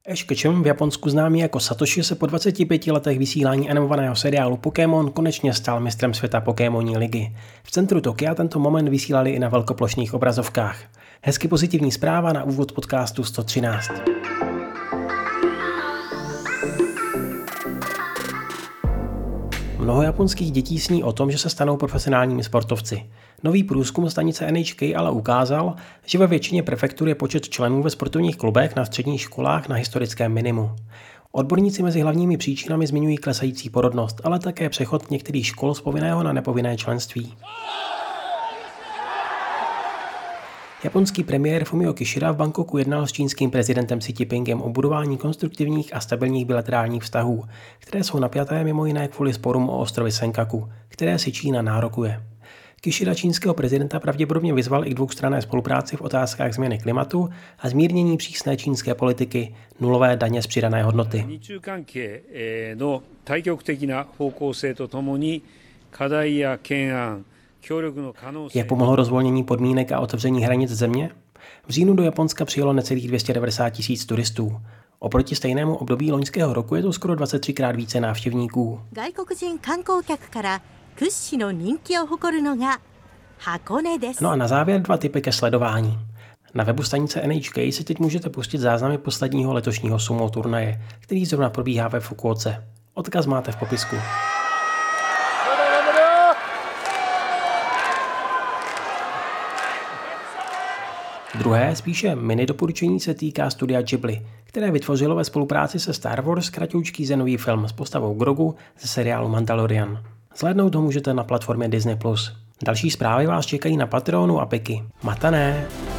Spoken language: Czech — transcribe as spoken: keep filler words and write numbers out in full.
Ash Ketchum, v Japonsku známý jako Satoshi, se po dvaceti pěti letech vysílání animovaného seriálu Pokémon konečně stal mistrem světa Pokémonní ligy. V centru Tokia tento moment vysílali i na velkoplošných obrazovkách. Hezky pozitivní zpráva na úvod podcastu sto třináct. Mnoho japonských dětí sní o tom, že se stanou profesionálními sportovci. Nový průzkum stanice N H K ale ukázal, že ve většině prefektur je počet členů ve sportovních klubech na středních školách na historickém minimu. Odborníci mezi hlavními příčinami zmiňují klesající porodnost, ale také přechod některých škol z povinného na nepovinné členství. Japonský premiér Fumio Kishida v Bangkoku jednal s čínským prezidentem Xi Jinpingem o budování konstruktivních a stabilních bilaterálních vztahů, které jsou napjaté mimo jiné kvůli sporům o ostrovy Senkaku, které si Čína nárokuje. Kishida čínského prezidenta pravděpodobně vyzval i k dvoustranné spolupráci v otázkách změny klimatu a zmírnění přísné čínské politiky nulové daně z přidané hodnoty. Jak pomohlo rozvolnění podmínek a otevření hranic země? V říjnu do Japonska přijelo necelých dvě stě devadesát tisíc turistů. Oproti stejnému období loňského roku je to skoro dvacet tři krát více návštěvníků. No a na závěr dva tipy ke sledování. Na webu stanice N H K si teď můžete pustit záznamy posledního letošního sumo turnaje, který zrovna probíhá ve Fukuoce. Odkaz máte v popisku. Druhé, spíše mini doporučení se týká studia Ghibli, které vytvořilo ve spolupráci se Star Wars kratoučký zenový film s postavou Grogu ze seriálu Mandalorian. Zhlédnout ho můžete na platformě Disney plus. Další zprávy vás čekají na Patreonu a Piky. Matané!